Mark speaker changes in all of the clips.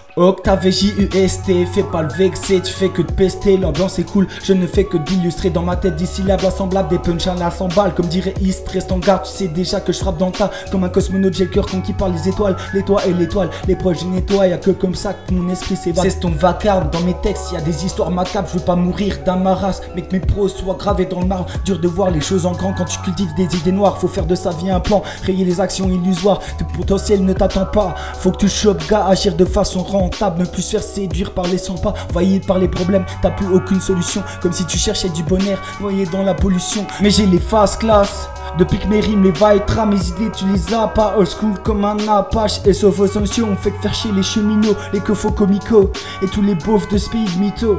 Speaker 1: Octave J-U-S-T, fais pas le vexer, tu fais que de pester, l'ambiance est cool, je ne fais que d'illustrer dans ma tête des syllabes assemblables, des punchlines à 100 balles, comme dirait East, reste en garde, tu sais déjà que je frappe dans le tas, comme un cosmonaute, j'ai le cœur qui parle des étoiles, les toits et l'étoile, les proches je nettoie, y'a que comme ça que mon esprit s'évade. C'est ton vacarme, dans mes textes, y'a des histoires macabres, je veux pas mourir d'un ma race, mais que mes pros soient gravés dans le marbre, dur de voir les choses en grand quand tu cultives des idées noires, faut faire de sa vie un plan, rayer les actions illusoires, tout potentiel ne t'attend pas, faut que tu chopes gars, agir de façon rentable, ne plus se faire séduire par les 100 pas, envoyé par les problèmes, t'as plus aucune solution, comme si tu cherchais du bonheur, noyé dans la pollution. Mais j'ai les fast class, depuis que mes rimes, les vaïtras, mes idées tu les as pas, old school comme un apache, et sauf aux sanctions, on fait que faire chier les cheminots, les cofos comicos, et tous les beaufs de speed mytho.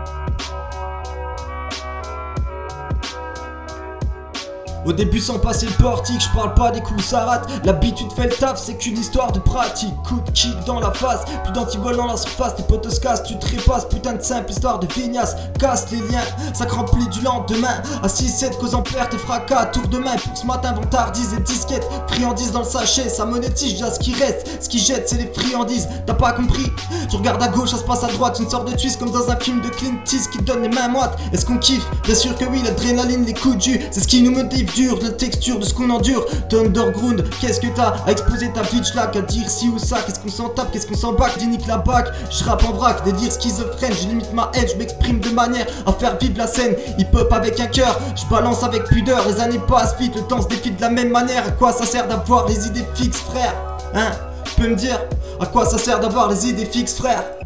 Speaker 1: Au début sans passer le portique, je parle pas des coups ça rate. L'habitude fait le taf, c'est qu'une histoire de pratique. Coup de kick dans la face, plus d'antivols dans la surface. Tes potes se cassent, tu te répasses, putain de simple histoire de vignasse. Casse les liens, ça remplit du lendemain. À 6-7 cause en perte, fracas, tour de main. Pour ce matin, vantardise et disquette. Friandises dans le sachet, ça monétise déjà ce qui reste. Ce qui jette, c'est les friandises, t'as pas compris? Tu regardes à gauche, ça se passe à droite. Une sorte de twist comme dans un film de Clint Eastwood qui te donne les mains moites. Est-ce qu'on kiffe? Bien sûr que oui, l'adrénaline, les coups de jus, c'est ce qui nous motive. La texture de ce qu'on endure, Thunderground, qu'est-ce que t'as à exposer ta bitch là, qu'à dire ci ou ça, qu'est-ce qu'on s'en tape, qu'est-ce qu'on s'en bac, nique la bac, je rappe en vrac, des dires schizophrènes, je limite ma haine, je m'exprime de manière à faire vivre la scène, hip-hop avec un cœur, je balance avec pudeur, les années passent vite, le temps se défile de la même manière, à quoi ça sert d'avoir les idées fixes frère, hein, tu peux me dire, à quoi ça sert d'avoir les idées fixes frère?